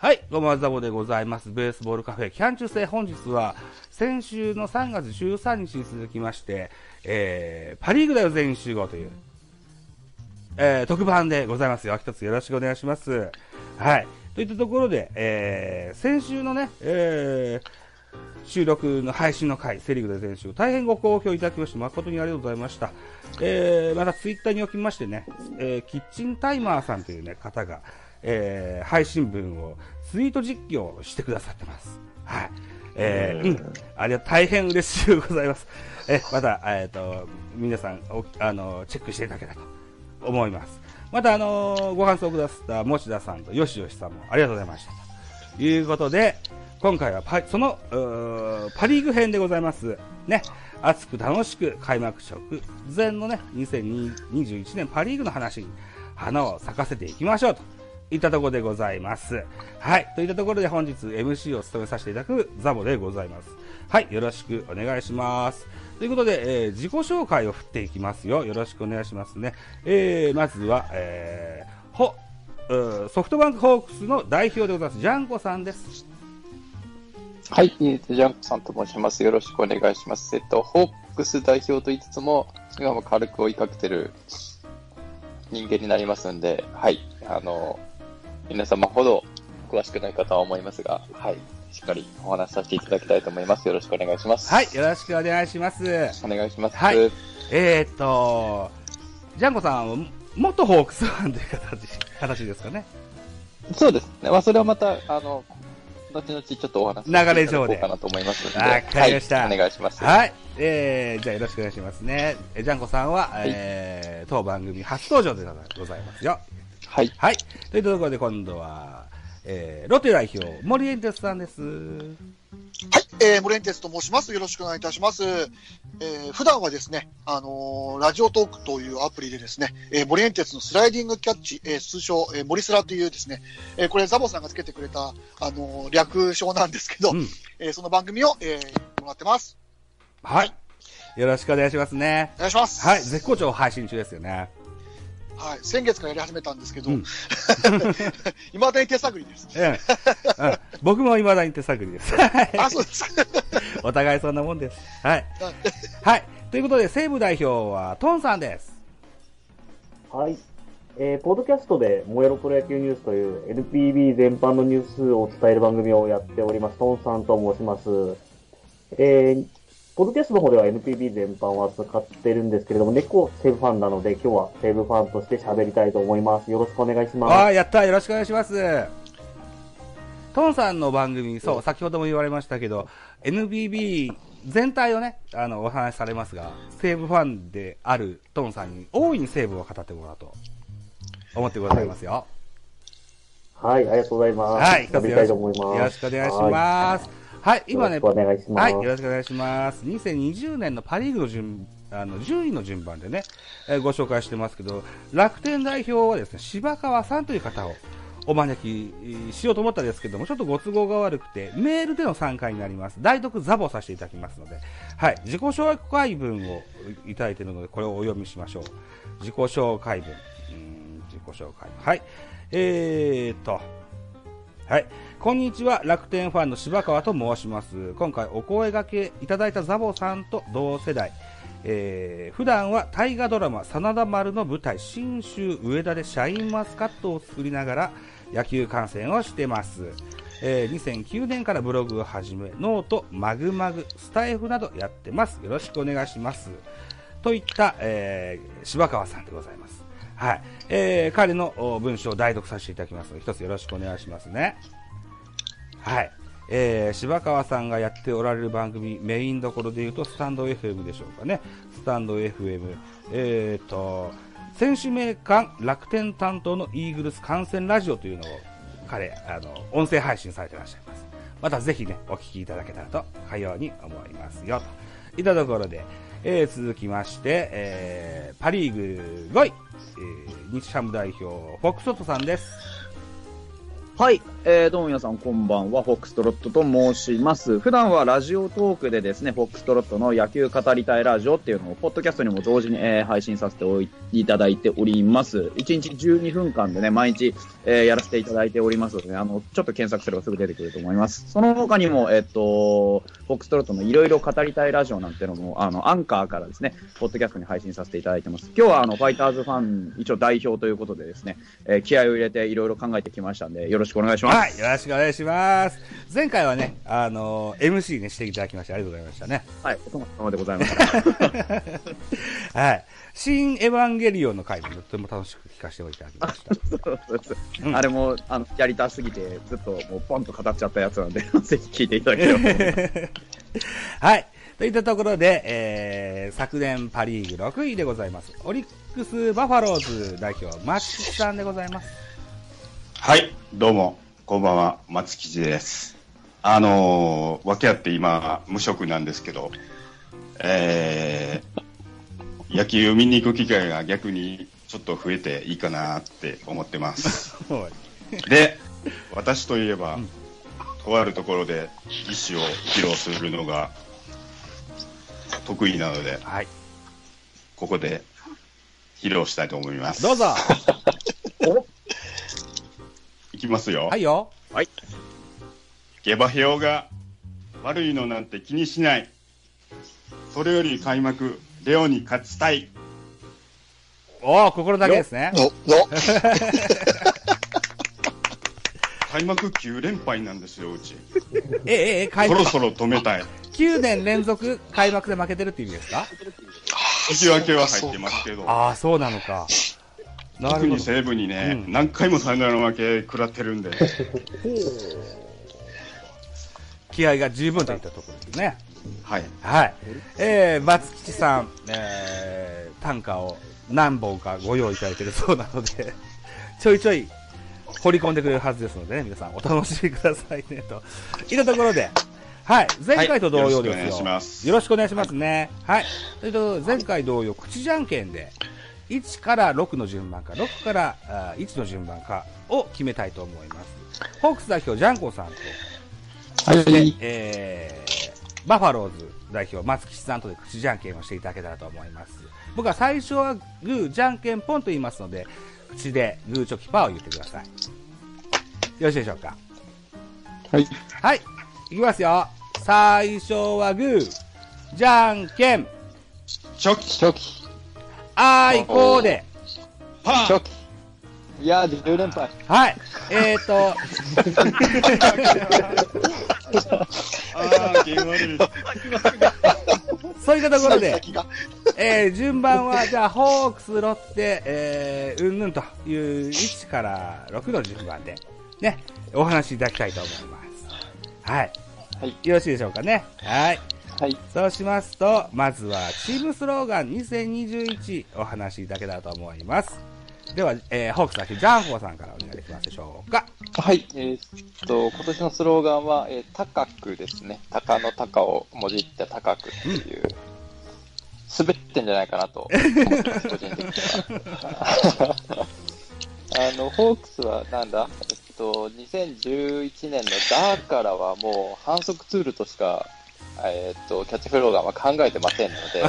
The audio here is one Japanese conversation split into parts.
はい、どうもザボでございます。ベースボールカフェキャン中世、本日は先週の3月13日に続きまして、パリーグだよ全員集合という、特番でございますよ。一つよろしくお願いします。はい、といったところで、先週のね、収録の配信の回、セリーグだよ全員集合、大変ご好評いただきまして誠にありがとうございました。またツイッターにおきましてね、キッチンタイマーさんというね方が配信分をツイート実況してくださってます。はい。あれは大変嬉しいございます。また、皆さんチェックしていただけたらと思います。また、ご感想をくださった持田さんとよしよしさんもありがとうございました。ということで、今回はそのパリーグ編でございます。ね。熱く楽しく開幕直前のね、2021年パリーグの話に花を咲かせていきましょうといったところでございます。はい。といったところで本日 MC を務めさせていただくザボでございます。はい。よろしくお願いします。ということで、自己紹介を振っていきますよ。よろしくお願いしますね。まずは、ソフトバンクホークスの代表でございます。ジャンコさんです。 はい、ジャンコさんと申します。よろしくお願いします。ホークス代表と言いつつも、今も軽く追いかけてる人間になりますんで、はい。皆様ほど詳しくない方は思いますが、はい、しっかりお話しさせていただきたいと思います。よろしくお願いします。 はい、よろしくお願いします。 お願いします。 はい。ジャンコさんは元ホークスファンという形ですかね。 そうですね。まあ、それはまた、後々ちょっとお話しさせていただこうかなと思いますので。 わかりました。 はい、お願いします。 はい。じゃあよろしくお願いしますね。ジャンコさんは、はい、当番組初登場でございますよ。 はい。 はい。というところで今度は、ロッテ代表、森エンテスさんです。 はい、森エンテスと申します。よろしくお願いいたします。普段はですね、ラジオトークというアプリでですね、森エンテスのスライディングキャッチ、通称、森スラというですね、これザボさんがつけてくれた、略称なんですけど、その番組を、もらってます。 はい。よろしくお願いしますね。 お願いします。 はい。絶好調配信中ですよね。 はい、先月からやり始めたんですけど、いまだに手探りです。 僕もいまだに手探りです。 あ、そうです。 お互いそんなもんです。はい。はい。ということで、西武代表はトンさんです。 はい。ポッドキャストで、燃えろプロ野球ニュースという NPB 全般のニュースを伝える番組をやっております、トンさんと申します。ポッドキャストの方では NPB 全般を扱ってるんですけれども、猫西武ファンなので、今日は西武ファンとして喋りたいと思います。よろしくお願いします。 やった、よろしくお願いします。トンさんの番組、そう、先ほども言われましたけど、NPB 全体をね、お話しされますが、西武ファンであるトンさんに大いに西武を語ってもらおうと思ってございますよ。 はい、ありがとうございます。 はい、 喋りたいと思います。 よろしくお願いします。はい、今ね、 よろしくお願いします。 はい、よろしくお願いします。2020年のパリーグの順位の順番でね、ご紹介してますけど、楽天代表はですね、柴川さんという方をお招きしようと思ったんですけども、ちょっとご都合が悪くて、メールでの参加になります。代読ザボさせていただきますので、はい、自己紹介文をいただいているので、これをお読みしましょう。自己紹介文。自己紹介。はい。はい。こんにちは。楽天ファンの柴川と申します。今回お声掛けいただいたザボさんと同世代。普段は大河ドラマ真田丸の舞台信州上田でシャインマスカットを作りながら野球観戦をしてます。2009年からブログを始め、ノート、マグマグ、スタイフなどやってます。よろしくお願いします。といった、柴川さんでございます。はい。彼の文章を代読させていただきますので、一つよろしくお願いしますね。はい。柴川さんがやっておられる番組、メインどころで言うと、スタンド FM でしょうかね。スタンド FM。選手名鑑楽天担当のイーグルス観戦ラジオというのを、彼、音声配信されていらっしゃいます。またぜひね、お聞きいただけたらと、かように思いますよ。といったところで、続きまして、パリーグ5位、日ハム代表、フォックソットさんです。 はい、どうも皆さんこんばんは、フォックストロットと申します。普段はラジオトークでですね、フォックストロットの野球語りたいラジオっていうのを、ポッドキャストにも同時に、配信させていただいております。1日12分間でね、毎日、やらせていただいておりますので、ちょっと検索すればすぐ出てくると思います。その他にも、フォックストロットのいろいろ語りたいラジオなんてのも、アンカーからですね、ポッドキャストに配信させていただいてます。今日はファイターズファン、一応代表ということでですね、気合を入れていろいろ考えてきましたんで、よろしくお願いします。 はい、よろしくお願いします。前回はね、MC ね、していただきましてありがとうございましたね。 はい、お疲れ様でございました。 はい。新エヴァンゲリオンの回もとても楽しく聞かせていただきました。 うん、あれも、やりたすぎて、ずっともうポンと語っちゃったやつなんで、ぜひ聞いていただければと思います。 はい。といったところで、昨年パリーグ6位でございます。オリックスバファローズ代表、松木さんでございます。 はい、どうも、こんばんは、松木です。訳あって今、無職なんですけど、野球を見に行く機会が逆にちょっと増えていいかなって思ってます。で、私といえば、とあるところで技師を披露するのが得意なので、 はい、 ここで披露したいと思います。 どうぞ。 いきますよ。 はいよ。 はい。 下馬評が悪いのなんて気にしない。それより開幕、レオに勝ちたい。 おー、心だけですね。 開幕9連敗なんですよ、うち。 開幕。 そろそろ止めたい。 9年連続開幕で負けてるって意味ですか？ 引き分けは入ってますけど。 ああ、そうなのか。 特に西武にね、何回もサヨナラ負け食らってるんで。 気合が十分といったところですね。 はい。 はい。松吉さん、短歌を何本かご用意いただいているそうなので、ちょいちょい掘り込んでくれるはずですのでね、皆さんお楽しみくださいね、といったところで、はい、前回と同様ですよ。 よろしくお願いします。 よろしくお願いしますね。はい。というと、前回同様、口じゃんけんで、1から6の順番か、6から1の順番かを決めたいと思います。ホークス代表、ジャンコさんと、 はい。 バファローズ代表、松吉さんとで口じゃんけんをしていただけたらと思います。僕は最初はグー、じゃんけんポンと言いますので、口でグーチョキパーを言ってください。よろしいでしょうか？ はい。 はい。いきますよ。最初はグー、じゃんけん。 チョキ。 チョキ。 あいこうで。 パー。 チョキ。いやー、10連敗。 はい。 気悪い。 そういったところで、順番は、じゃあ、ホークス、ロッテ、うんぬんという1から6の順番で、ね、お話しいただきたいと思います。はい。 はい。 よろしいでしょうかね。はい。 はい。 そうしますと、まずは、チームスローガン2021お話しいただけたらと思います。では、ホークス代表、ジャンホーさんからお願いできますでしょうか。 はい。今年のスローガンは、高くですね。鷹の鷹をもじった高くっていう、滑ってんじゃないかなと思ってます、個人的には。ホークスはなんだ2011年のダーからはもう反則ツールとしか、キャッチフローガンは考えてませんので、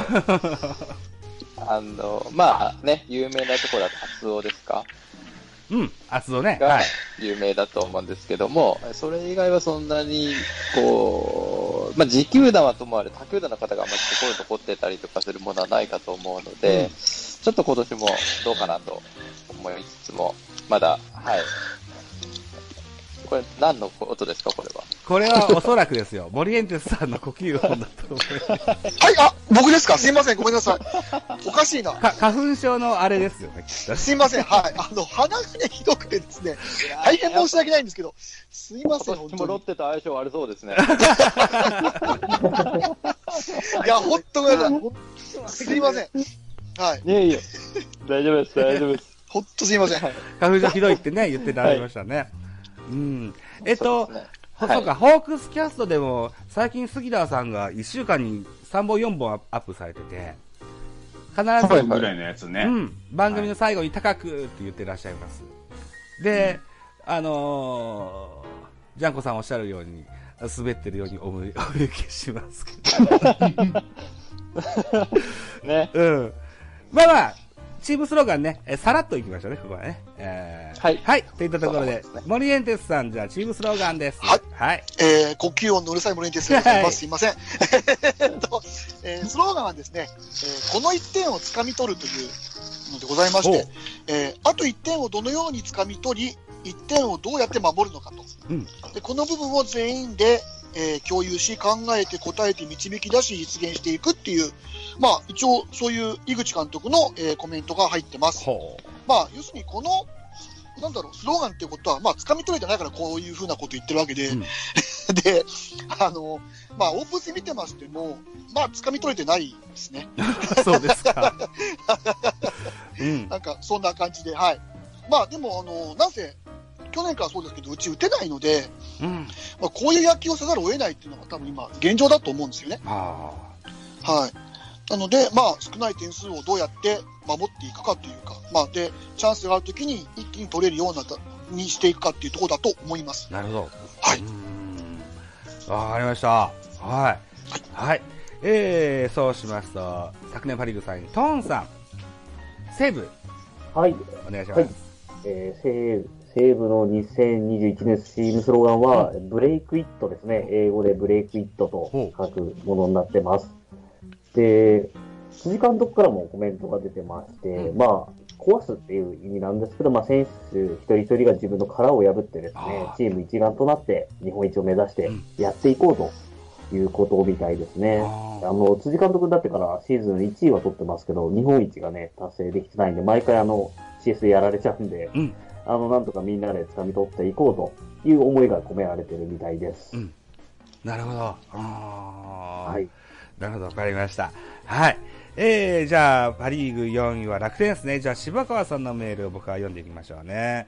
まあね、有名なところだと厚尾ですか？ うん、厚尾ね。 がはい。 有名だと思うんですけども、それ以外はそんなに、こう、まあ、持久弾はともあれ、他球団の方があんまり心に残ってたりとかするものはないかと思うので、ちょっと今年もどうかなと思いつつも、まだ、はい。これ何の音ですか、これは。 これはおそらくですよ、モリエンテスさんの呼吸音だと思います。 はい、あ、僕ですか？すいません、ごめんなさい。おかしいな。 花粉症のあれですよね、きっと。 すいません、はい。鼻がね、ひどくてですね、大変申し訳ないんですけど、すいません、 今年もロッテと相性悪そうですね。 いや、ほんとごめんなさい。すいません。はい。 いえいえ。大丈夫です、大丈夫です。 ほんとすいません。 花粉症ひどいってね、言ってられましたね。うん。 そうですねそうか、ホークスキャストでも、最近杉田さんが1週間に3本4本アップされてて、必ず、 ぐらいのやつね。 うん、番組の最後に高くって言ってらっしゃいます。で、 ジャンコさんおっしゃるように、滑ってるようにお見受けしますけど。 ね。 うん。まあまあ、チームスローガンね、さらっといきましょうね、ここはね。 はい。 はい。といったところで、森エンテスさん、じゃあ、チームスローガンです。 はい。 はい。 呼吸音のうるさい森エンテスでございます。すいません。スローガンはですね、この1点を掴み取るというのでございまして、あと1点をどのように掴み取り、1点をどうやって守るのかと。 うん、 でこの部分を全員で、共有し、考えて答えて導き出し実現していくっていう、まあ一応そういう井口監督の、コメントが入ってます。まあ要するにこの、なんだろう、スローガンっていうことは、まあ掴み取れてないからこういうふうなこと言ってるわけで、うん、で、まあオープン戦見てましても、まあ掴み取れてないですね。 そうですか。 うん、なんかそんな感じで、はい。まあでもなぜ、去年からそうですけど、うち打てないので、うん、まあ、こういう野球をせざるを得ないっていうのが多分今、現状だと思うんですよね。はい。なので、まあ、少ない点数をどうやって守っていくかというか、まあ、で、チャンスがあるときに一気に取れるようなにしていくかっていうところだと思います。 なるほど。 はい。 わかりました。はい。はい。そうしますと、昨年パ・リーグ3位、トーンさん、西武。 はい。 お願いします。はい。 西武の2021年チームスローガンは、ブレイクイットですね。英語でブレイクイットと書くものになってます。で、辻監督からもコメントが出てまして、まあ、壊すっていう意味なんですけど、まあ、選手一人一人が自分の殻を破ってですね、チーム一丸となって日本一を目指してやっていこうということみたいですね。辻監督になってからシーズン1位は取ってますけど、日本一がね、達成できてないんで、毎回CS でやられちゃうんで、なんとかみんなで掴み取っていこうという思いが込められているみたいです。 なるほど。 はい。 なるほど、わかりました。はい。じゃあ、パリーグ4位は楽天ですね。じゃあ、柴川さんのメールを僕は読んでいきましょうね。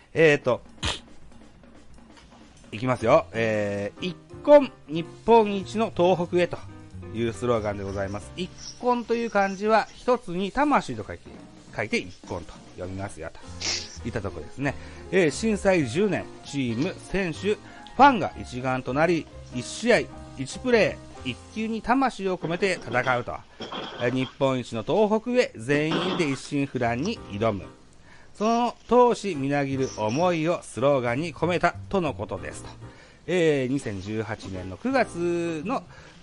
いきますよ。一根日本一の東北へというスローガンでございます。一根という漢字は一つに魂と書いて一根と読みますよと。いったところですね。震災10年、チーム、選手、ファンが一丸となり、1試合、1プレー、1球に魂を込めて戦うと。日本一の東北へ全員で一心不乱に挑む。その闘志みなぎる思いをスローガンに込めたとのことですと。2018年の9月の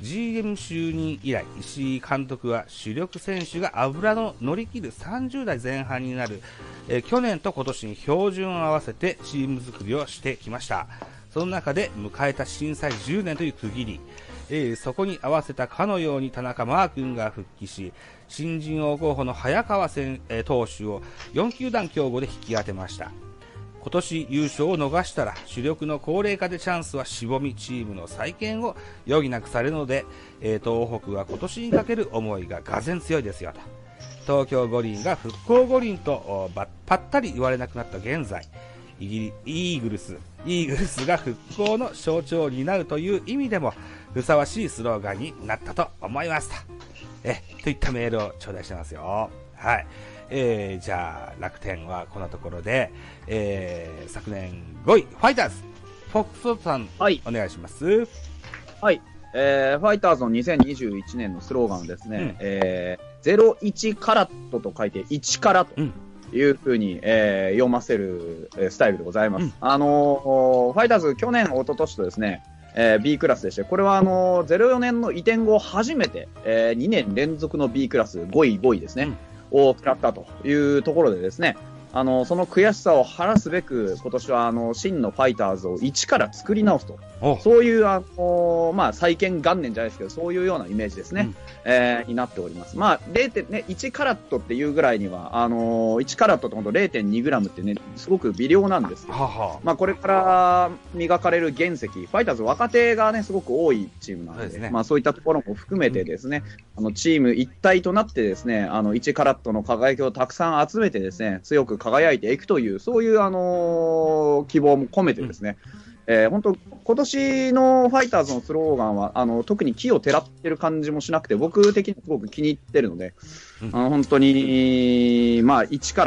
GM 就任以来、石井監督は主力選手が油の乗り切る30代前半になる、去年と今年に標準を合わせてチーム作りをしてきました。その中で迎えた震災10年という区切り、そこに合わせたかのように田中マー君が復帰し、新人王候補の早川投手を4球団競合で引き当てました。今年優勝を逃したら主力の高齢化でチャンスはしぼみ、チームの再建を余儀なくされるので、東北は今年にかける思いががぜん強いですよと。東京五輪が復興五輪とぱったり言われなくなった現在、イーグルスが復興の象徴になるという意味でもふさわしいスローガンになったと思いますといったメールを頂戴してますよ。はい。じゃあ楽天はこのところで、昨年5位ファイターズフォックストロットさん、はい、お願いします。 はい。ファイターズの2021年のスローガンはですね、01カラットと書いて1カラというふうに、読ませるスタイルでございます。ファイターズ去年、一昨年とですね、B クラスでして、これは04年の移転後初めて、2年連続の B クラス5位ですね、を食らったというところでですね、その悔しさを晴らすべく、今年は真のファイターズを一から作り直すと。そういう、再建元年じゃないですけど、そういうようなイメージですね。になっております。まあ、1カラットっていうぐらいには、1カラットってほんと 0.2 グラムってね、すごく微量なんですけど、まあ、これから磨かれる原石、ファイターズ若手がね、すごく多いチームなので、まあ、そういったところも含めてですね、チーム一体となってですね、1カラットの輝きをたくさん集めてですね、強く輝いていくという、そういう希望も込めてですね、本当今年のファイターズのスローガンは特に木をてらってる感じもしなくて、僕的にすごく気に入ってるので、本当にまあ一からね、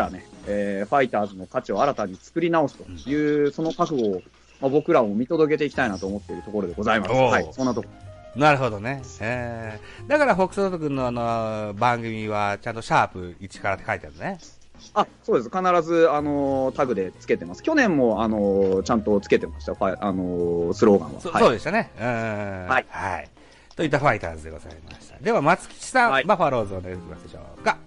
ファイターズの価値を新たに作り直すという、その覚悟を、僕らも見届けていきたいなと思っているところでございます。はい、そんなところ。 なるほどね。だから、フォックストロット君の番組は、ちゃんとシャープ1からって書いてあるね。 あ、そうです。必ず、タグでつけてます。去年も、ちゃんとつけてました。スローガンは。 そうでしたね。はい。はい。といったファイターズでございました。では、松吉さん、はい、バファローズお願いしますでしょうか。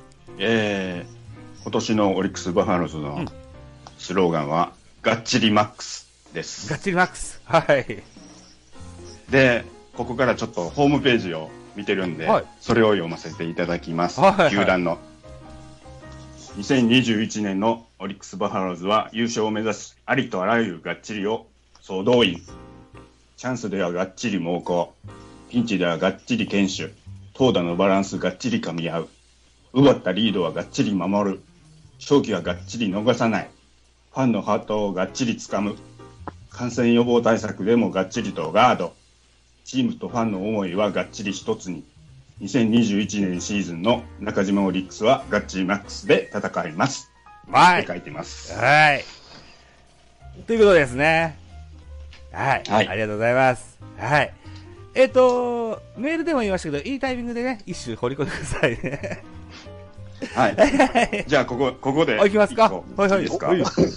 今年のオリックスバファローズのスローガンは、がっちりマックスです。 がっちりマックス。はい。 で、ここからちょっとホームページを見てるんで、はい、それを読ませていただきます。球団の。2021年のオリックスバファローズは優勝を目指すありとあらゆるがっちりを総動員。チャンスではがっちり猛攻。ピンチではがっちり堅守。投打のバランスがっちり噛み合う。奪ったリードはがっちり守る。勝機はがっちり逃さない。ファンのハートをがっちりつかむ。感染予防対策でもがっちりとガード。チームとファンの思いはがっちり一つに。2021年シーズンの中島オリックスはガッチリマックスで戦います。 はい。 って書いてます。 はい。ということですね。はい。はい。ありがとうございます。はい。メールでも言いましたけど、いいタイミングでね、一周掘り込んでくださいね。 はい。じゃあ、ここで。 いきますか。はいはい。 いいですか。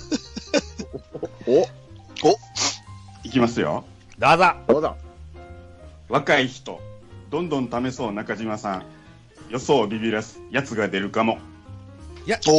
いきますよ。 どうぞ。 どうぞ。 若い人。どんどん試そう中島さん。予想をビビらすやつが出るかも。 いや、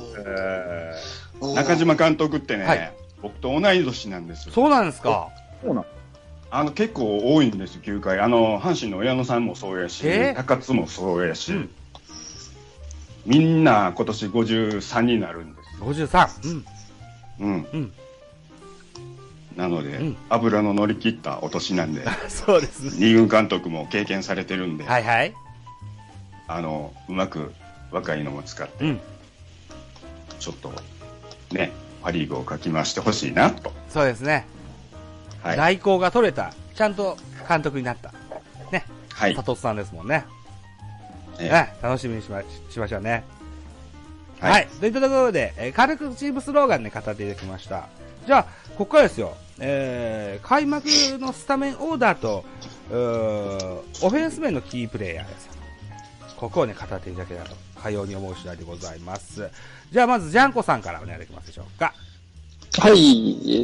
中島監督ってね、はい、僕と同い年なんですよ。 そうなんですか。 そうなん結構多いんですよ、9回。阪神の矢野さんもそうやし、高津もそうやし、みんな今年53になるんです。 53。 うん。なので、油の乗り切ったお年なんで、 そうですね。 二軍監督も経験されてるんで、 はいはい。 うまく若いのも使って、ちょっとね、パ・リーグをかき回してほしいなと。 そうですね。 はい。 代行が取れた、ちゃんと監督になった。ね。 はい。 佐藤さんですもんね。楽しみにしましょうね。はい。といったところで、軽くチームスローガンで語っていただきました。じゃあ、ここからですよ。開幕のスタメンオーダーと、オフェンス面のキープレイヤーです。ここをね、語っていただけたらと、かように思う次第でございます。じゃあ、まず、ジャンコさんからお願いできますでしょうか。 はい、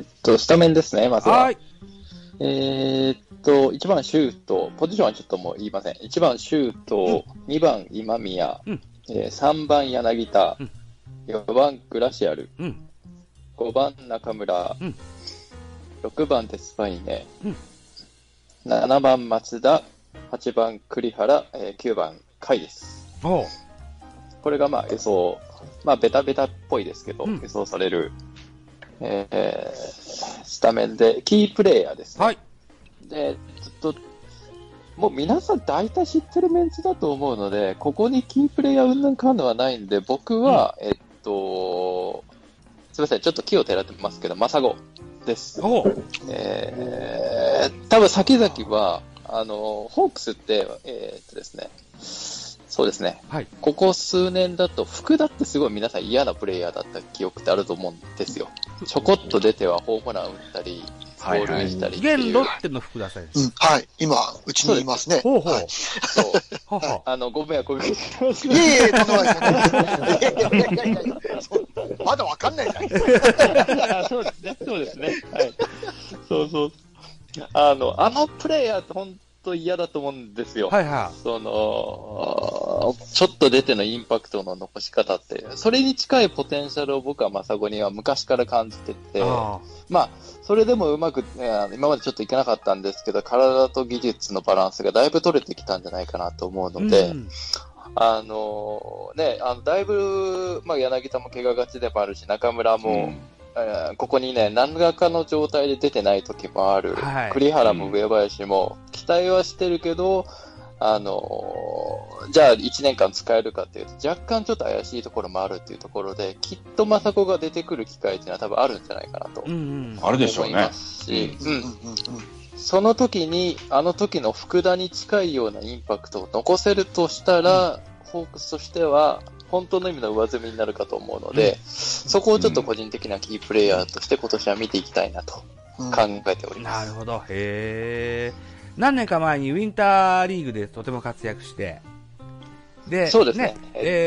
スタメンですね、まずは。 はい。 1番シュート、ポジションはちょっともう言いません。1番シュート、2番今宮、3番柳田、4番グラシアル、5番中村、6番デスパイネ、7番松田、8番栗原、9番甲斐です。これが予想、ベタベタっぽいですけど、予想される、スタメンで、キープレイヤーですね。 はい。 で、もう皆さん大体知ってるメンツだと思うので、ここにキープレイヤーうんぬんかんぬんはないんで、僕は、すみません、ちょっと木を照らってますけど、マサゴです。多分先々は、ホークスって、ですね、そうですね、 はい、 ここ数年だと、福田ってすごい皆さん嫌なプレイヤーだった記憶ってあると思うんですよ。ちょこっと出てはホームラン打ったり、ゴールしたりっていう。 現ロッテの福田さんです。 はい、今、うちにいますね。 ほうほう。 はい、そう。ご迷惑おかけします。 いえいえ、とんでもないです。まだわかんないじゃないですか。 そうですね。そうですね。はい。そうそう。プレイヤーって本当嫌だと思うんですよ。 はいはい。 ちょっと出てのインパクトの残し方って、それに近いポテンシャルを僕はマサゴには昔から感じてて、それでもうまく、今までちょっといけなかったんですけど、体と技術のバランスがだいぶ取れてきたんじゃないかなと思うので、だいぶ、柳田も怪我がちでもあるし、中村も、ここにね、何らかの状態で出てない時もある。はい、栗原も上林も、期待はしてるけど、じゃあ1年間使えるかっていうと、若干ちょっと怪しいところもあるっていうところで、きっと雅子が出てくる機会っていうのは多分あるんじゃないかなと思いますし、その時に、時の福田に近いようなインパクトを残せるとしたら、ホークスとしては、 本当の意味の上積みになるかと思うので、そこをちょっと個人的なキープレイヤーとして今年は見ていきたいなと考えております。 なるほど。何年か前にウィンターリーグでとても活躍して、で、 そうですね。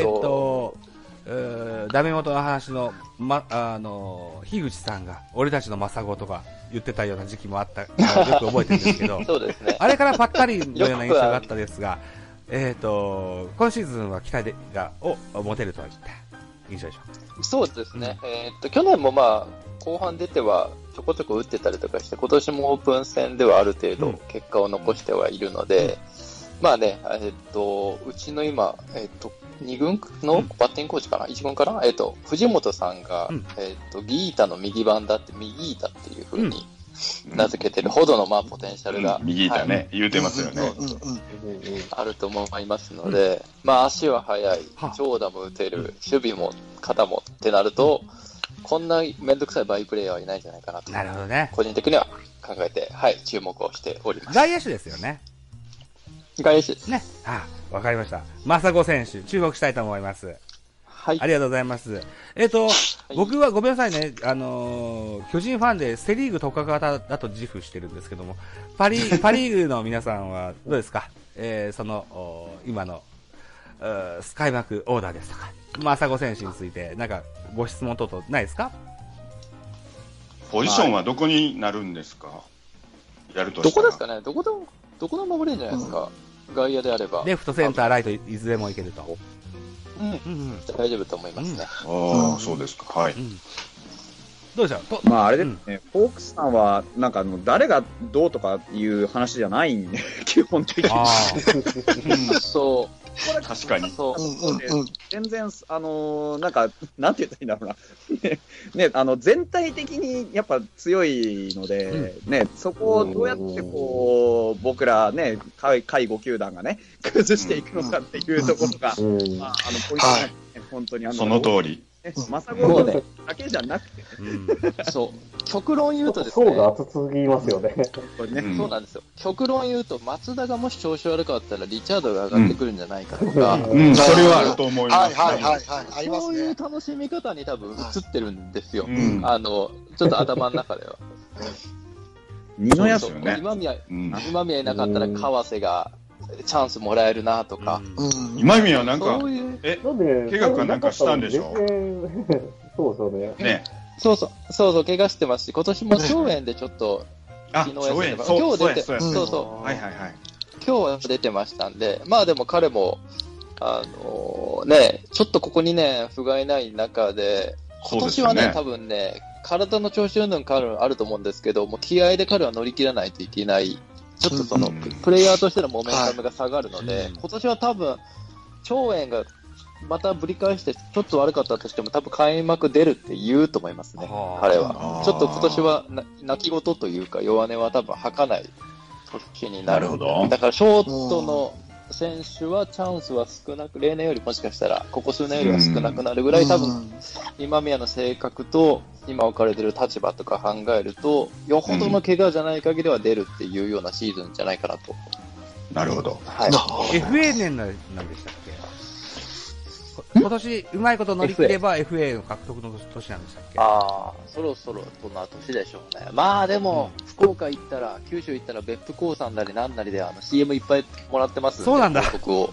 ダメ元の話の、樋口さんが、俺たちのマサゴとか言ってたような時期もあった、よく覚えてるんですけど、 そうですね。 あれからぱったりのような印象があったですが、今シーズンは期待を持てるといった印象でしょうか。 そうですね。去年もまあ、後半出てはちょこちょこ打ってたりとかして、今年もオープン戦ではある程度結果を残してはいるので、まあね、うちの今、2軍のバッティングコーチかな、1軍かな、藤本さんが、ギータの右番だって、右ギータっていう風に名付けてるほどの、まあ、ポテンシャルが、 右ギータね、言うてますよね。 あると思いますので、まあ、足は速い、長打も打てる、守備も肩もってなると、こんなめんどくさいバイプレイヤーはいないんじゃないかなと。 なるほどね。 個人的には考えて、はい、注目をしております。 外野手ですよね。 外野手ですね。わかりました。マサゴ選手、注目したいと思います。 はい。 ありがとうございます。僕はごめんなさいね、巨人ファンでセリーグ特化型だと自負してるんですけども、パリーグの皆さんはどうですか？今の、開幕オーダーですとか、マサゴ選手について、なんかご質問等々ないですか？ ポジションはどこになるんですか？やるとどしたら。 こですかね？どこでも守れるんじゃないですか。外野であれば。 レフト、センター、ライト、いずれもいけると。 大丈夫と思いますね。 ああ、そうですか。はい。 どうでしょう？まああれですね、フォークスさんは、なんか誰がどうとかいう話じゃないんで、基本的に。 そう。 確かに。 そう。 全然、なんか、なんて言ったらいいんだろうな。ね、全体的にやっぱ強いので、ね、そこをどうやってこう、僕らね、下位5球団がね、崩していくのかっていうところが、ポイントなんですね、本当に。 その通り。 マサゴだけじゃなくて、 そう。極論言うとですね。 層が厚すぎますよね。 そうなんですよ。極論言うと、松田がもし調子悪かったら、リチャードが上がってくるんじゃないかとか。 それはあると思います。 そういう楽しみ方に多分映ってるんですよ。ちょっと頭の中では。 二の矢ですよね。 今宮いなかったら、川瀬が、チャンスもらえるなとか。 今宮なんか、怪我かなんかしたんでしょ？ そうですよね。 そう、怪我してますし、今年も腸炎でちょっと、 昨日今日出て、 今日は出てましたんで、まあでも彼も、ちょっとここにね、不甲斐ない中で、今年はね、多分ね、体の調子云々あると思うんですけど、もう気合で彼は乗り切らないといけない。ちょっとその、プレイヤーとしてのモメンタムが下がるので、今年は多分、腸炎がまたぶり返して、ちょっと悪かったとしても、多分開幕出るって言うと思いますね、彼は。ちょっと今年は泣き言というか、弱音は多分吐かない年になる。だから、ショートの選手はチャンスは少なく、例年よりもしかしたら、ここ数年よりは少なくなるぐらい、多分、今宮の性格と、今置かれてる立場とか考えると、よほどの怪我じゃない限りは出るっていうようなシーズンじゃないかなと。 なるほど。 はい。 FA 年なんでしたっけ？今年、うまいこと乗り切れば FA の獲得の年なんでしたっけ？ ああ、そろそろそんな年でしょうね。まあでも、福岡行ったら、九州行ったら別府興産なりなんなりでCM いっぱいもらってますんで。 そうなんだ。 僕を。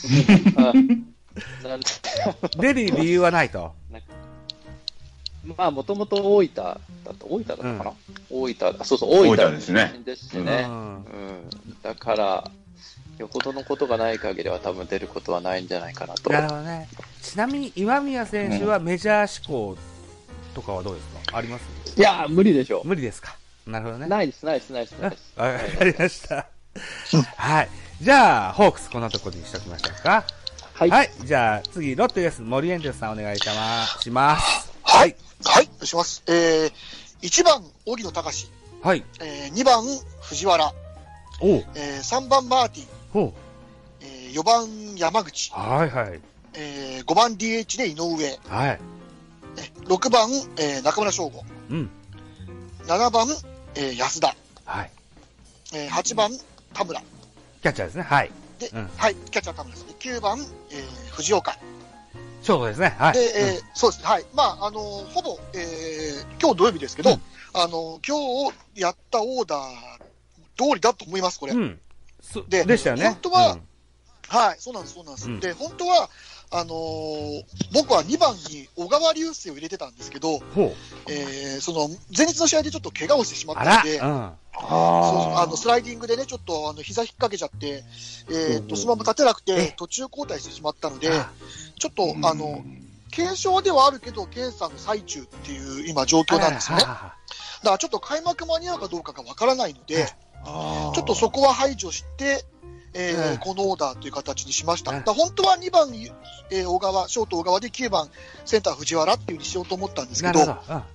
出る理由はないと。 まあ、もともと大分だったかな、大分ですね。 ですしね。だから、よほどのことがない限りは多分出ることはないんじゃないかなと。 なるほどね。ちなみに今宮選手はメジャー志向とかはどうですか？あります？ いやー、無理でしょう。 無理ですか？なるほどね。 ないです。 わかりました。はい。じゃあ、ホークスこんなところにしときましょうか。はい。じゃあ、次、ロッテです。森エンジェルさんお願いします。 はい。お願いします。1番、荻野隆史。 はい。 2番、藤原。3番、マーティン。4番、山口。 はいはい。 5番 DH で井上。 はい。 6番、中村翔吾。7番、安田。 はい。 8番、田村。 キャッチャーですね。はい。 で、はい、キャッチャー田村ですね。9番、藤岡。 ショートですね。はい。 で、そうですね。はい。まあ、ほぼ、今日土曜日ですけど、今日やったオーダー通りだと思います、これ。 でしたよね。 本当は、はい、そうなんです、そうなんです。で、本当は、僕は2番に小川流星を入れてたんですけど、その前日の試合でちょっと怪我をしてしまったので、スライディングでね、ちょっと膝引っ掛けちゃって、そのまま立てなくて、途中交代してしまったので、ちょっと軽症ではあるけど、検査の最中っていう今、状況なんですよね。だからちょっと開幕間に合うかどうかがわからないので、ちょっとそこは排除して、このオーダーという形にしました。本当は2番、小川、ショート小川で9番、センター藤原っていう風にしようと思ったんですけど、はい。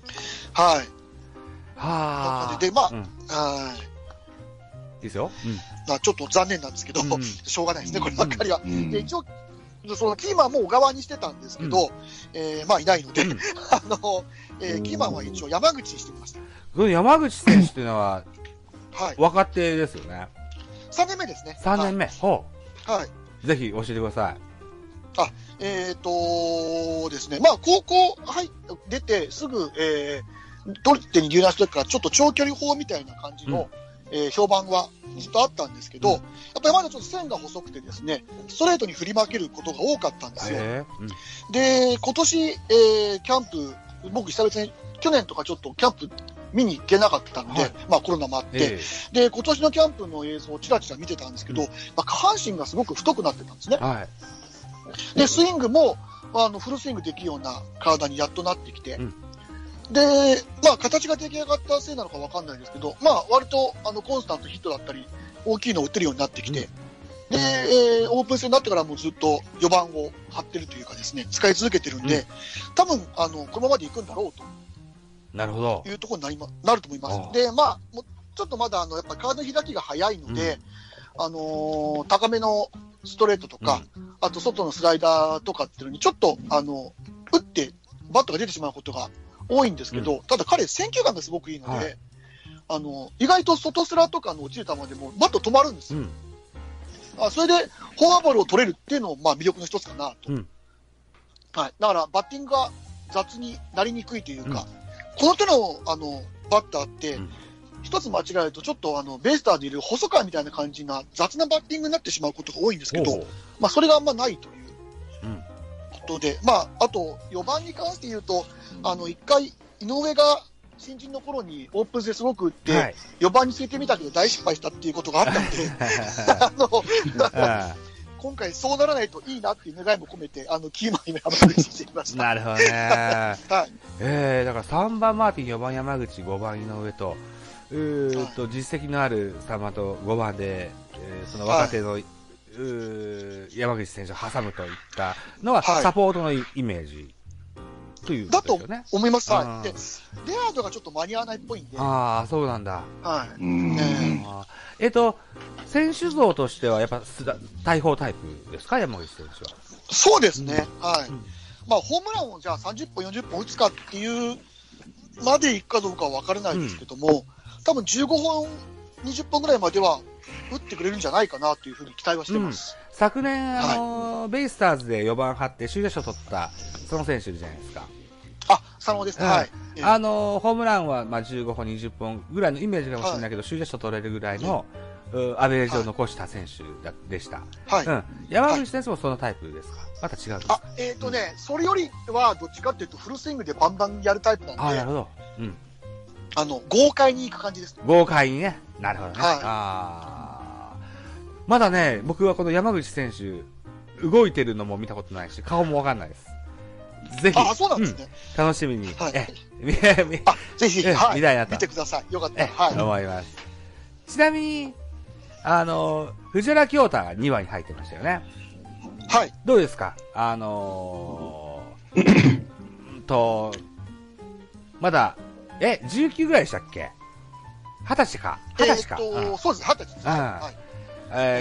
で、まあ、 いいですよ。 まあ、ちょっと残念なんですけど、しょうがないですね、こればっかりは。で、一応、そのキーマンも小川にしてたんですけど、まあ、いないので、キーマンは一応山口にしてみました。 この山口選手というのは、若手ですよね。 3年目ですね。 3年目。 はい。 ぜひ教えてください。 ですね。まあ、高校出てすぐ、ドルテに留学した時からちょっと長距離砲みたいな感じの、評判はずっとあったんですけど、やっぱりまだちょっと線が細くてですね、ストレートに振り負けることが多かったんですよ。で、今年、キャンプ、僕久々に去年とかちょっとキャンプ見に行けなかったんで、まあコロナもあって、で、今年のキャンプの映像をちらちら見てたんですけど、まあ、下半身がすごく太くなってたんですね。で、スイングも、フルスイングできるような体にやっとなってきて、で、まあ形が出来上がったせいなのかわかんないですけど、まあ割とコンスタントヒットだったり、大きいのを打てるようになってきて、で、オープン戦になってからもずっと4番を張ってるというかですね、使い続けてるんで、多分、このままでいくんだろうと。 なるほど。 いうところになると思います。で、まあ、ちょっとまだやっぱり体の開きが早いので、高めのストレートとか、あと外のスライダーとかっていうのにちょっと、打ってバットが出てしまうことが多いんですけど、ただ彼選球眼がすごくいいので、意外と外スラとかの落ちる球でもバット止まるんですよ。それでフォアボールを取れるっていうのもまあ魅力の一つかなと。はい。だからバッティングが雑になりにくいというか、この手のバッターって、一つ間違えるとちょっとベイスターでいる細川みたいな感じな雑なバッティングになってしまうことが多いんですけど、まあそれがあんまないということで、まああと4番に関して言うと、一回井上が新人の頃にオープンですごく打って、4番に据えてみたけど大失敗したっていうことがあったので、今回そうならないといいなっていう願いも込めて、キーマンに山口してみました。 なるほどね。だから3番マーティン、4番山口、5番井上と、実績のある3番と5番で、その若手の、山口選手を挟むといったのは、サポートのイメージということですよね。 だと思います。で、レアードがちょっと間に合わないっぽいんで。 そうなんだ。選手像としては、やっぱ大砲タイプですか、山口選手は。 そうですね。まあ、ホームランをじゃあ30本、40本打つかっていうまでいくかどうかは分からないですけども、多分15本、20本ぐらいまでは打ってくれるんじゃないかなというふうに期待はしてます。 昨年、ベイスターズで4番張って首位打者取ったその選手じゃないですか。 佐野ですね。はい。 ホームランはまあ15本、20本ぐらいのイメージかもしれないけど、首位打者取れるぐらいのアベレージを残した選手でした。山口選手もそのタイプですか？また違うんですか？ それよりはどっちかっていうとフルスイングでバンバンやるタイプなんで。 なるほど。 豪快に行く感じです。 豪快にね。なるほどね。まだね、僕はこの山口選手、動いてるのも見たことないし、顔もわかんないです。ぜひ、 そうなんですね。 楽しみに、 ぜひ、 見たいなと。 見てください。よかったら、 思います。ちなみに、藤原京太が2話に入ってましたよね。 はい。 どうですか？まだ、19ぐらいでしたっけ？20歳か。 そうです、20歳です。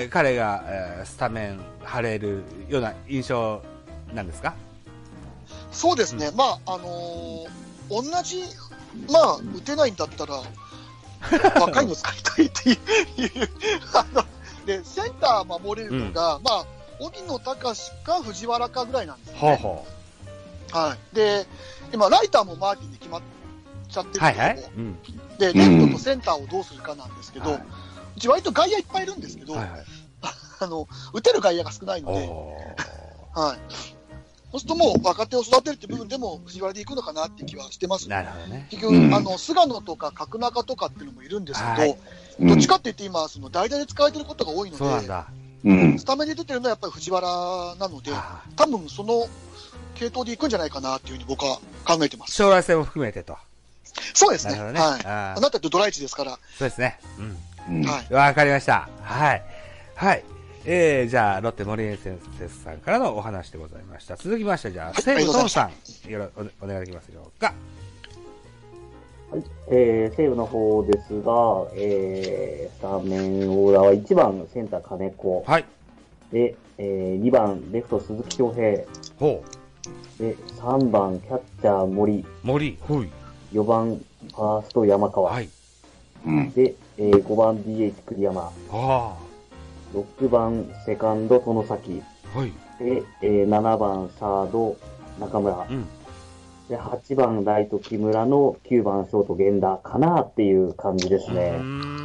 彼が、スタメン張れるような印象なんですか？ そうですね。まあ、同じ、まあ、打てないんだったら、若いの使いたいっていう、で、センター守れるのが、まあ、 荻野隆か藤原かぐらいなんですよ、ね。 ほうほはい。で、今、ライターもマーティンで決まっちゃってるんですけど、 はいはい。うん。 で、レフトとセンターをどうするかなんですけど、 はい、 うち割と外野いっぱいいるんですけど、 はいはい、 打てる外野が少ないので、はい。そうするともう若手を育てるって部分でも藤原でいくのかなって気はしてます。 なるほどね。 結局、菅野とか角中とかっていうのもいるんですけど、はい、どっちかって言って今、代打で使われてることが多いので、 そうなんだ。 スタメンで出てるのはやっぱり藤原なので、多分その系統でいくんじゃないかなっていうふうに僕は考えてます。 将来性も含めてと。 そうですね。 なるほどね。 はい。あなたってドライチですから。 そうですね。 うん。はい。 わかりました。はい。はい。じゃあ、ロッテ森江先生さんからのお話でございました。続きまして、じゃあ、西武トンさん、お願いできますでしょうか。 はい。西武の方ですが、スタメンオーダーは1番センター金子。 はい。 で、2番レフト鈴木翔平。 ほう。で、3番キャッチャー森。 ほい。 4番ファースト山川。 はい。 で、5番 DH 栗山。6番セカンド外崎。 はい。 で、7番サード中村。で、8番ライト木村の9番ショート源田かなっていう感じですね。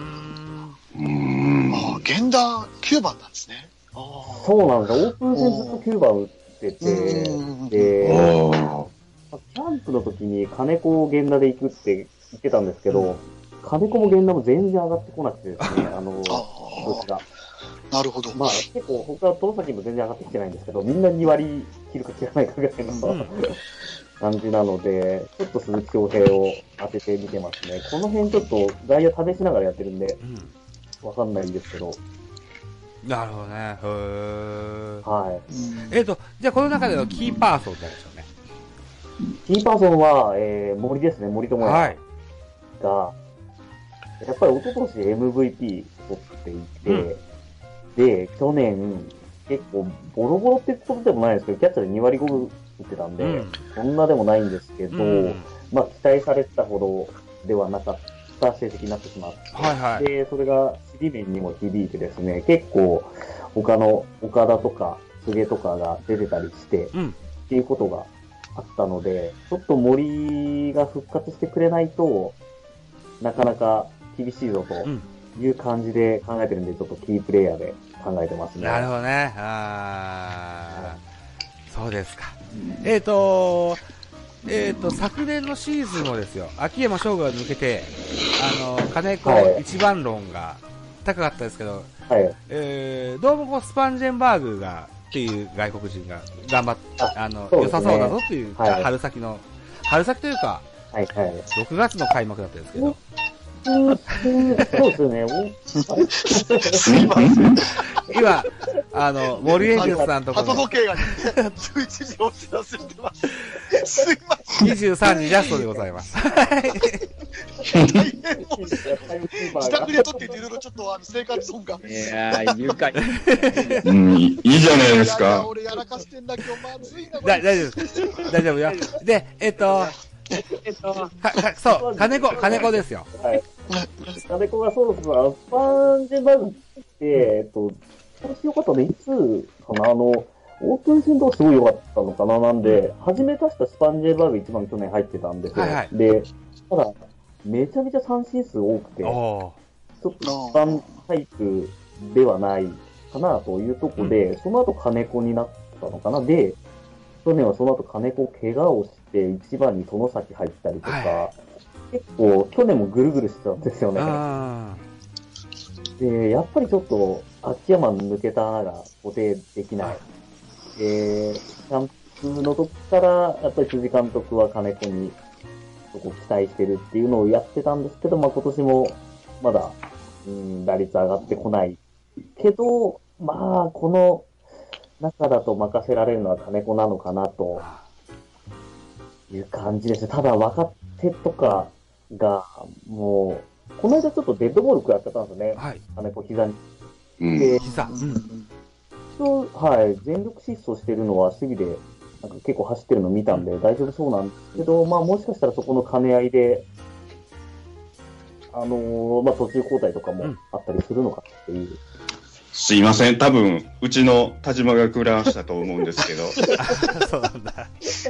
源田9番なんですね。 そうなんですよ。オープン戦ずっと9番打ってて、で、キャンプの時に金子を源田で行くって言ってたんですけど、金子も源田も全然上がってこなくてですね、どちら。 なるほど。 まあ結構他は外崎も全然上がってきてないんですけど、みんな2割切るか切らないかぐらいの、感じなので、ちょっと鈴木翔平を当ててみてますね。この辺ちょっと外野試しながらやってるんで、わかんないんですけど。 なるほどね。 はい。 じゃあこの中でのキーパーソンなんでしょうね。 キーパーソンは、森ですね、森友哉が、やっぱり一昨年 MVP 取っていて、で、去年、結構ボロボロってことでもないんですけど、キャッチャーで2割5分打ってたんで、そんなでもないんですけど、まあ期待されてたほどではなかった成績になってしまって、で、それが守備面にも響いてですね、結構他の岡田とか菅とかが出てたりして、っていうことがあったので、ちょっと森が復活してくれないとなかなか厳しいぞという感じで考えてるんで、ちょっとキープレイヤーで考えてますね。 なるほどね。そうですか。昨年のシーズンもですよ、秋山翔吾が抜けて、金子一番論が高かったですけど、どうもこうスパンジェンバーグがっていう外国人が頑張って、良さそうだぞっていう、春先というか、6月の開幕だったんですけど、 そうですね。 すみません。 今、森エンジェルスさんとこの。鳩時計が11時を知らせてます。すいません。 23時ジャストでございます。 大変もう、自宅で撮っていていろいろちょっと生活損が。 いやー、愉快。 いいじゃないですか。 俺やらかしてんだ、今日まずいな。 大丈夫です。大丈夫よ。で、そう、金子ですよ。 はい。金子がそうですが、スパンジェンバーグって、調子良かったのいつかなオープン戦とかすごい良かったのかななんで、初め確かスパンジェンバーグ一番去年入ってたんですよ。で、ただ、めちゃめちゃ三振数多くて、ちょっとスパンタイプではないかなというところで、その後金子になったのかなで、去年はその後金子怪我をして一番に外崎入ったりとか、結構去年もぐるぐるしてたんですよね。で、やっぱりちょっと秋山の抜けた穴が固定できない。キャンプの時からやっぱり辻監督は金子にそこ期待してるっていうのをやってたんですけど、まあ今年もまだ、打率上がってこないけど、まあこの中だと任せられるのは金子なのかなという感じです。ただ若手とかがもう、この間ちょっとデッドボール食らっちゃったんですよね。金子膝に。で、 膝。 全力疾走してるのは守備でなんか結構走ってるの見たんで大丈夫そうなんですけど、まあもしかしたらそこの兼ね合いで、まあ途中交代とかもあったりするのかっていう。 すいません、多分うちの田島がクランしたと思うんですけど。 そうなんだ。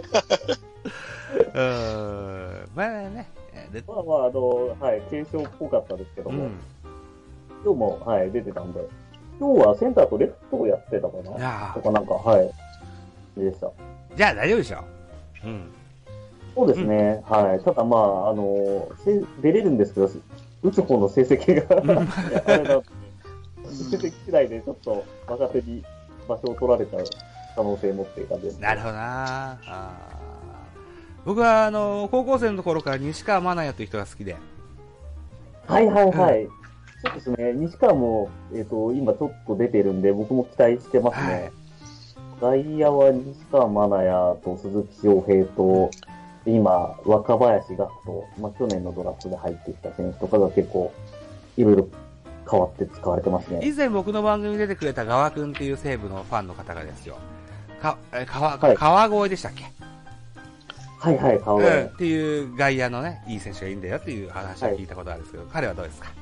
まあね。 まあ、はい、軽症っぽかったですけども、今日も、はい、出てたんで、今日はセンターとレフトをやってたかなとかなんか、はい、でした。 じゃあ大丈夫でしょ。 そうですね、はい。ただまあ、出れるんですけど、打つ方の成績があれだ、成績次第でちょっと若手に場所を取られちゃう可能性もっていう感じです、ね。 なるほどな。僕は高校生の頃から西川真奈也という人が好きで。 はいはいはい。そうですね。西川も、今ちょっと出てるんで、僕も期待してますね。外野は西川真奈也と鈴木翔平と、今、若林学と、去年のドラフトで入ってきた選手とかが結構、いろいろ変わって使われてますね。 以前僕の番組に出てくれた川君っていう西武のファンの方がですよ。川越でしたっけ？ はいはい、川越。 っていう外野のね、いい選手がいいんだよっていう話を聞いたことあるんですけど、彼はどうですか？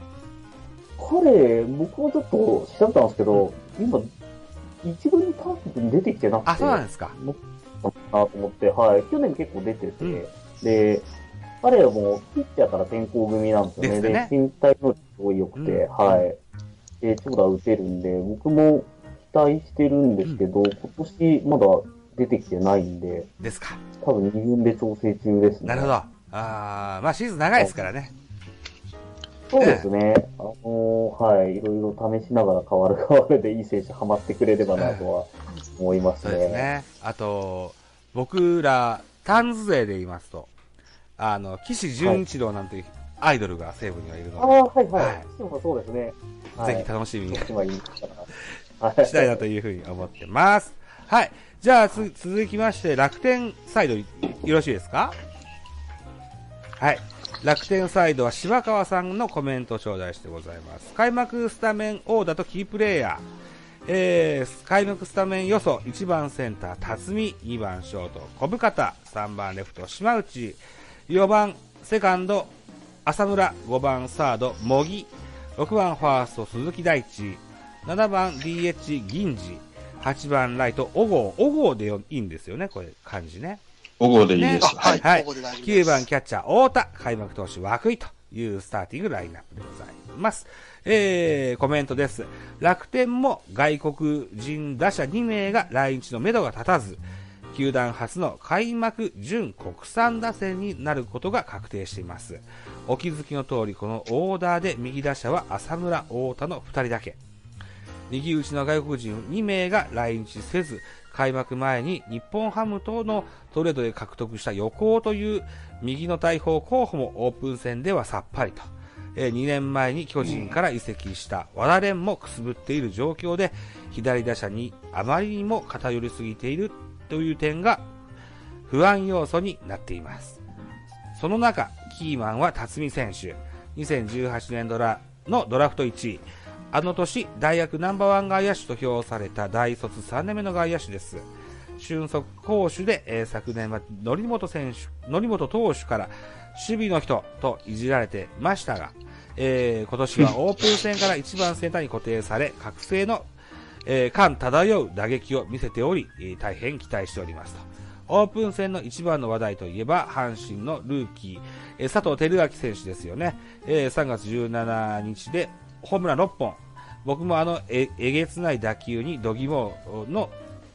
彼、僕もちょっと調べたんですけど、今、一軍に韓国に出てきてなくて。 あ、そうなんですか。 なと思って、はい。去年結構出てて、で、彼はもう、ピッチャーから転向組なんですよね。で、身体能力すごい良くて、はい。で、長打打てるんで、僕も期待してるんですけど、今年まだ出てきてないんで、 ですか。 多分2軍で調整中ですね。 なるほど。シーズン長いですからね。 そうですね。はい。いろいろ試しながら変わるでいい選手ハマってくれればなとは思いますね。 そうですね。あと、僕ら、タンズ勢で言いますと、岸潤一郎なんていうアイドルが西武にはいるので。 はいはい。岸もそうですね。 ぜひ楽しみにしたいなというふうに思ってます。はい。じゃあ、続きまして、楽天サイドよろしいですか？はい。楽天サイドは柴川さんのコメントを頂戴してございます。開幕スタメンオーダーとキープレイヤー。開幕スタメン予想、1番センター、辰巳、2番ショート、小深田、3番レフト、島内、4番セカンド、浅村、5番サード、茂木、6番ファースト、鈴木大地、7番 DH、銀次、8番ライト、小郷でいいんですよね、これ、漢字ね。 小郷でいいです。 はい。9番キャッチャー、太田、開幕投手、涌井というスターティングラインナップでございます。コメントです。楽天も外国人打者2名が来日の目処が立たず、球団初の開幕準国産打線になることが確定しています。お気づきの通り、このオーダーで右打者は浅村、太田の2人だけ。右打ちの外国人2名が来日せず、開幕前に日本ハムとのトレードで獲得した横尾という右の大砲候補もオープン戦ではさっぱりと。2年前に巨人から移籍した和田蓮もくすぶっている状況で、左打者にあまりにも偏りすぎているという点が不安要素になっています。その中、キーマンは辰巳選手。2018年のドラフト1位。あの年、大学ナンバーワン外野手と評された大卒3年目の外野手です。俊足攻守で、昨年は則本投手から守備の人といじられてましたが、今年はオープン戦から1番センターに固定され、覚醒の、感漂う打撃を見せており、大変期待しておりますと。オープン戦の一番の話題といえば、阪神のルーキー、佐藤輝明選手ですよね。3月17日でホームラン6本。僕もえげつない打球に度肝を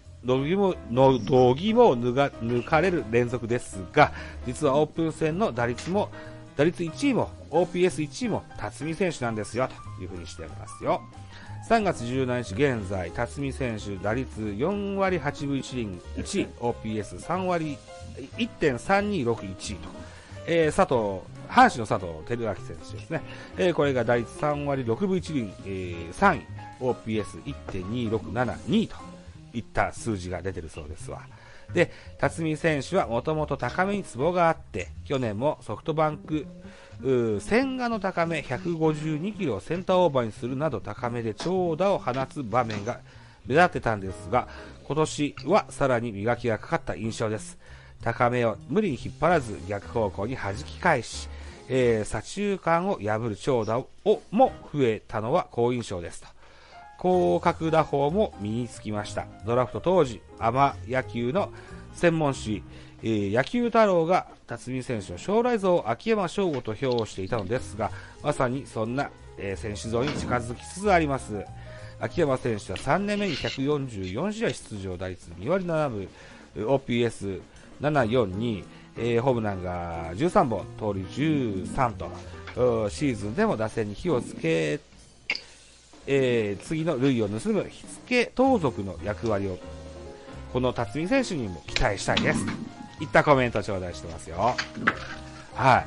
抜かれる連続ですが、実はオープン戦の打率1位も OPS1 位も辰巳選手なんですよというふうにしてありますよ。3月17日現在、辰巳選手打率4割8分1厘1位、OPS3 割 1.3261 と、阪神の佐藤輝明選手ですね。これが打率3割6分1厘、3位、OPS1.2672 といった数字が出てるそうですわ。で、辰巳選手はもともと高めにツボがあって、去年もソフトバンク千賀の高め152キロをセンターオーバーにするなど高めで長打を放つ場面が目立ってたんですが、今年はさらに磨きがかかった印象です。高めを無理に引っ張らず逆方向に弾き返し、左中間を破る長打も増えたのは好印象ですと。 広角打法も身につきました。ドラフト当時、アマ野球の専門誌、野球太郎が辰巳選手の将来像を秋山翔吾と評していたのですが、まさにそんな、選手像に近づきつつあります。秋山選手は3年目に144試合出場、打率2割7分、OPS742、ホームランが13本、盗塁13と、シーズンでも打線に火をつけ、次の塁を盗む火付け盗賊の役割をこの辰巳選手にも期待したいですといったコメントを頂戴してますよ。はい。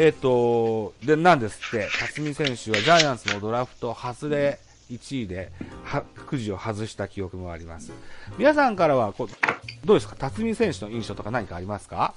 で、なんですって、辰巳選手はジャイアンツのドラフト外れ1位でくじを外した記憶もあります。皆さんからはどうですか、辰巳選手の印象とか何かありますか？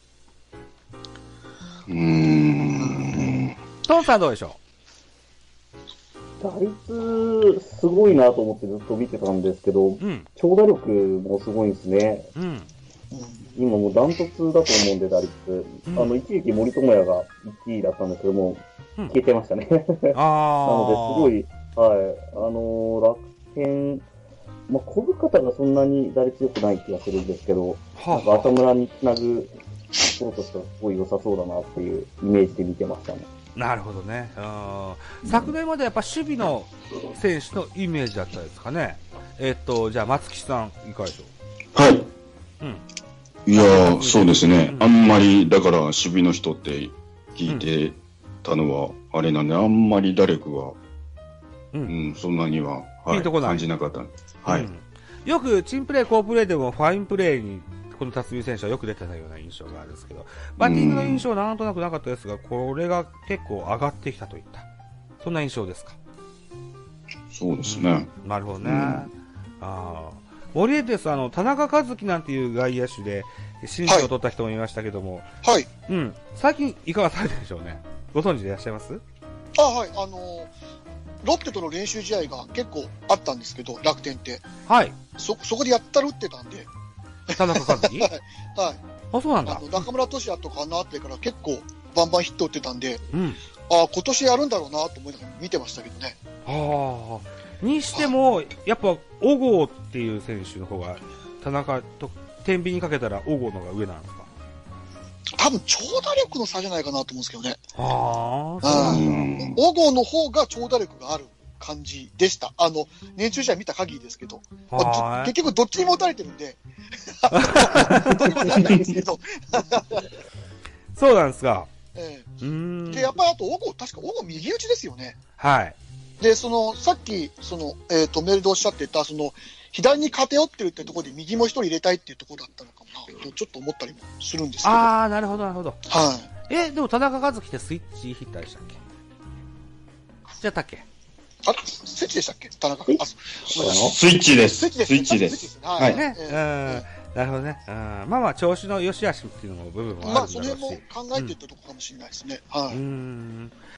トンさんどうでしょ打率、すごいなと思ってずっと見てたんですけど、長打力もすごいですね。今もうダントツだと思うんで、打率。一時期森友哉が1位だったんですけども、消えてましたね。なので、すごい、はい、楽天、小深田がそんなに打率良くない気がするんですけど、なんか浅村につなぐところとしてはすごい良さそうだなっていうイメージで見てましたね。 なるほどね。昨年までやっぱ守備の選手のイメージだったですかね。じゃあ松木さんいかがでしょう？ はい。いやそうですね。あんまりだから守備の人って聞いてたのはあれなんで、あんまり打力はそんなには、感じなかった。はい。 よくチームプレー、好プレーでもファインプレーにこの辰巳選手はよく出てたような印象があるんですけど、バッティングの印象はなんとなくなかったですが、これが結構上がってきたといった、そんな印象ですか？ そうですね。 なるほどね。森エテス、田中和樹なんていう外野手で、新人を取った人もいましたけども、 はい。 最近いかがされてるでしょうね。ご存知でいらっしゃいます？ はい。ロッテとの練習試合が結構あったんですけど、楽天って。 はい。 そこでやったら打ってたんで。 田中和樹？はい。あ、そうなんだ。 中村俊也とかあってから結構バンバンヒット打ってたんで、今年やるんだろうなと思いながら見てましたけどね。 にしても、やっぱ、小郷っていう選手の方が、田中と、天秤にかけたら小郷の方が上なんですか？ 多分、長打力の差じゃないかなと思うんですけどね。 小郷の方が長打力がある感じでした。年中試合見た限りですけど。結局、どっちにも打たれてるんで、どれもなんないんですけど。 そうなんですか。 で、やっぱりあと、確か小郷右打ちですよね。 はい。 で、さっき、メールでおっしゃってた、左に偏ってるってところで右も一人入れたいっていうところだったのかなと、ちょっと思ったりもするんですけど。 なるほど、なるほど。 はい。 でも田中和樹ってスイッチヒッターでしたっけ？じゃったっけ？ スイッチでしたっけ？田中スイッチです。スイッチです。 はい。 なるほどね。調子の良し悪しっていうのも部分もあるんだろうし。 その辺も考えていったところかもしれないですね。はい。